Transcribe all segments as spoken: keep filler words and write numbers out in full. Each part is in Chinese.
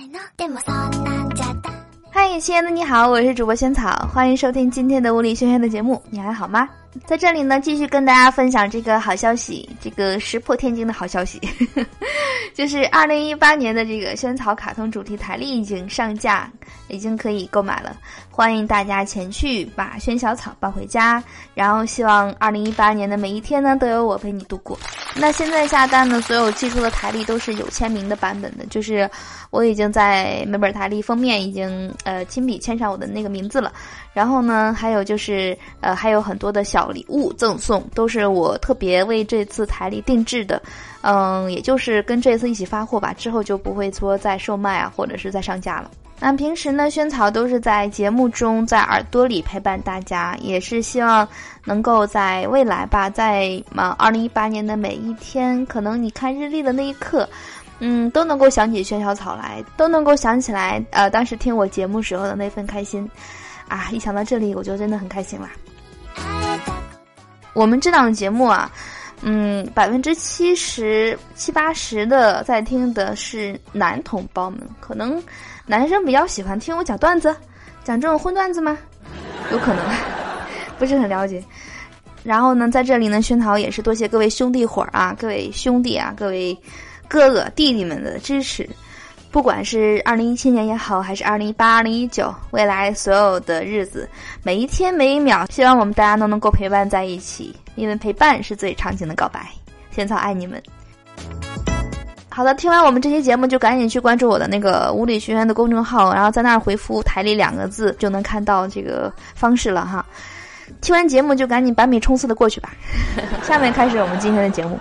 嗨，亲爱的你好，我是主播萱草，欢迎收听今天的物理轩轩的节目，你还好吗？在这里呢，继续跟大家分享这个好消息，这个石破天惊的好消息就是二零一八年的这个萱草卡通主题台历已经上架，已经可以购买了，欢迎大家前去把萱小草抱回家，然后希望二零一八年的每一天呢都有我陪你度过。那现在下单呢，所有寄出的台历都是有签名的版本的，就是我已经在每本台历封面已经呃亲笔签上我的那个名字了，然后呢还有就是呃还有很多的小礼物赠送，都是我特别为这次台历定制的，嗯，也就是跟这次一起发货吧，之后就不会说再售卖啊，或者是再上架了。那平时呢，萱草都是在节目中在耳朵里陪伴大家，也是希望能够在未来吧，在啊二零一八年的每一天，可能你看日历的那一刻，嗯，都能够想起萱小草来，都能够想起来呃当时听我节目时候的那份开心啊！一想到这里，我就真的很开心啦。我们这档节目啊，嗯，百分之七十七八十的在听的是男同胞们，可能男生比较喜欢听我讲段子，讲这种荤段子吗？有可能，不是很了解。然后呢，在这里呢，萱草也是多谢各位兄弟伙啊，各位兄弟啊，各位哥哥弟弟们的支持。不管是二零一七年也好，还是二零一八、二零一九，未来所有的日子，每一天每一秒，希望我们大家都能够陪伴在一起，因为陪伴是最长情的告白。萱草爱你们。好的，听完我们这期节目就赶紧去关注我的那个物理学院的公众号，然后在那儿回复台历两个字就能看到这个方式了哈。听完节目就赶紧百米冲刺的过去吧。下面开始我们今天的节目。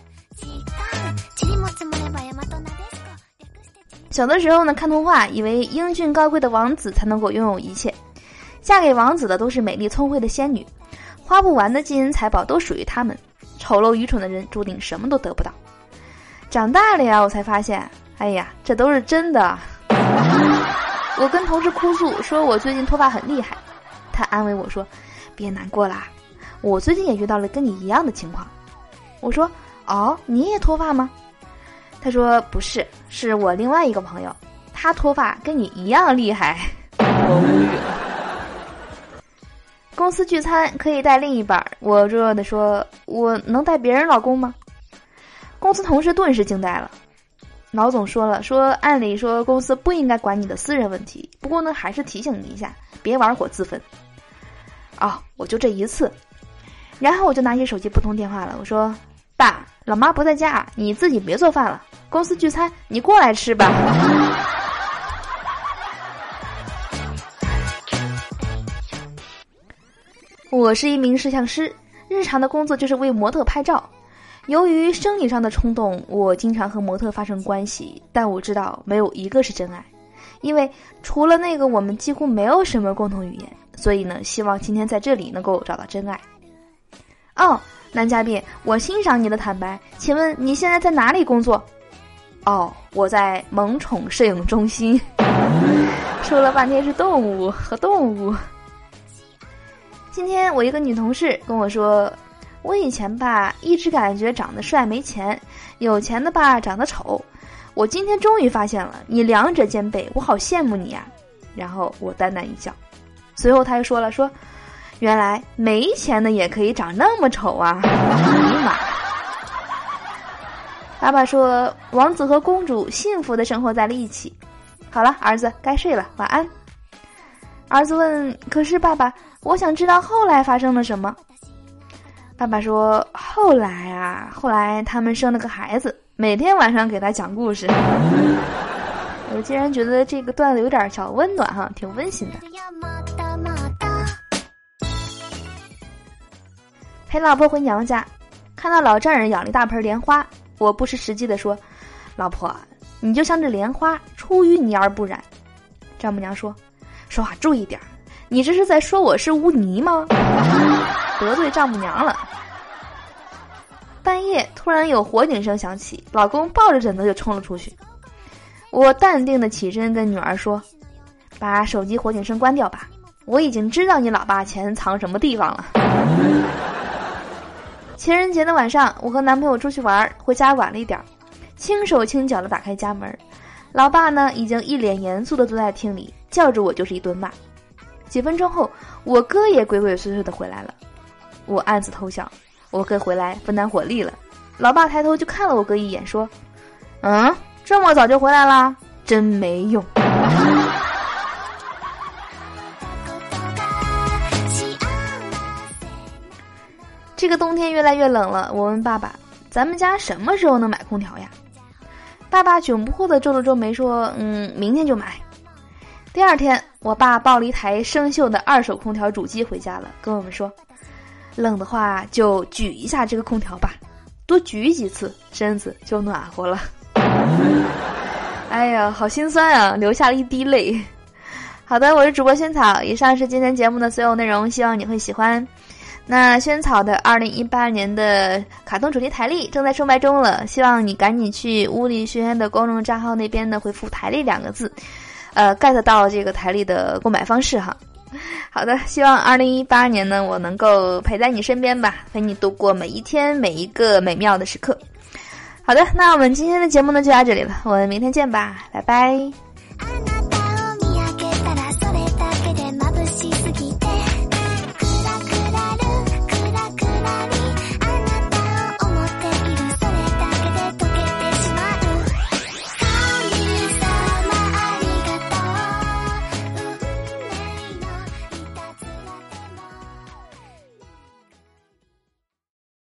小的时候呢，看童话以为英俊高贵的王子才能够拥有一切，嫁给王子的都是美丽聪慧的仙女，花不完的金银财宝都属于他们，丑陋愚蠢的人注定什么都得不到。长大了呀，我才发现，哎呀，这都是真的。我跟同事哭诉说我最近脱发很厉害，他安慰我说别难过啦，我最近也遇到了跟你一样的情况。我说哦，你也脱发吗？他说不是，是我另外一个朋友，他脱发跟你一样厉害。我无语了。公司聚餐可以带另一半，我弱弱的说我能带别人老公吗？公司同事顿时惊呆了。老总说了，说按理说公司不应该管你的私人问题，不过呢还是提醒你一下，别玩火自焚。哦，我就这一次。然后我就拿起手机拨通电话了，我说爸，老妈不在家，你自己别做饭了，公司聚餐你过来吃吧。我是一名摄像师，日常的工作就是为模特拍照。由于生理上的冲动，我经常和模特发生关系，但我知道没有一个是真爱，因为除了那个我们几乎没有什么共同语言，所以呢，希望今天在这里能够找到真爱。哦，男嘉宾，我欣赏你的坦白，请问你现在在哪里工作？哦，我在萌宠摄影中心。说了半天是动物和动物。今天我一个女同事跟我说，我以前吧一直感觉长得帅没钱，有钱的吧长得丑，我今天终于发现了，你两者兼备，我好羡慕你啊。然后我淡淡一笑，随后他又说了，说原来没钱的也可以长那么丑啊！尼玛！爸爸说，王子和公主幸福的生活在了一起。好了，儿子该睡了，晚安。儿子问，可是爸爸，我想知道后来发生了什么。爸爸说，后来啊，后来他们生了个孩子，每天晚上给他讲故事。我竟然觉得这个段子有点小温暖哈，挺温馨的。陪老婆回娘家，看到老丈人养了一大盆莲花，我不失时机地说，老婆，你就像这莲花，出淤泥而不染。丈母娘说，说话注意点，你这是在说我是污泥吗？得罪丈母娘了。半夜突然有火警声响起，老公抱着枕头就冲了出去。我淡定的起身跟女儿说，把手机火警声关掉吧，我已经知道你老爸钱藏什么地方了。情人节的晚上，我和男朋友出去玩，回家晚了一点，轻手轻脚的打开家门， 老爸呢已经一脸严肃地坐在厅里，叫着我就是一顿骂。几分钟后，我哥也鬼鬼祟祟地回来了。我暗自偷笑，我哥回来分担火力了。老爸抬头就看了我哥一眼，说：“嗯，这么早就回来啦，真没用。”这个冬天越来越冷了，我问爸爸：“咱们家什么时候能买空调呀？”爸爸窘迫地皱了皱眉说：“嗯，明天就买。”第二天，我爸抱了一台生锈的二手空调主机回家了，跟我们说：“冷的话就举一下这个空调吧，多举几次，身子就暖和了。”哎呀，好心酸啊，流下了一滴泪。好的，我是主播萱草，以上是今天节目的所有内容，希望你会喜欢。那萱草的二零一八年的卡通主题台历正在售卖中了，希望你赶紧去屋里学院的公众账号那边呢回复台历两个字，呃 get 到这个台历的购买方式哈。好的，希望二零一八年呢我能够陪在你身边吧，陪你度过每一天每一个美妙的时刻。好的，那我们今天的节目呢就到这里了，我们明天见吧，拜拜。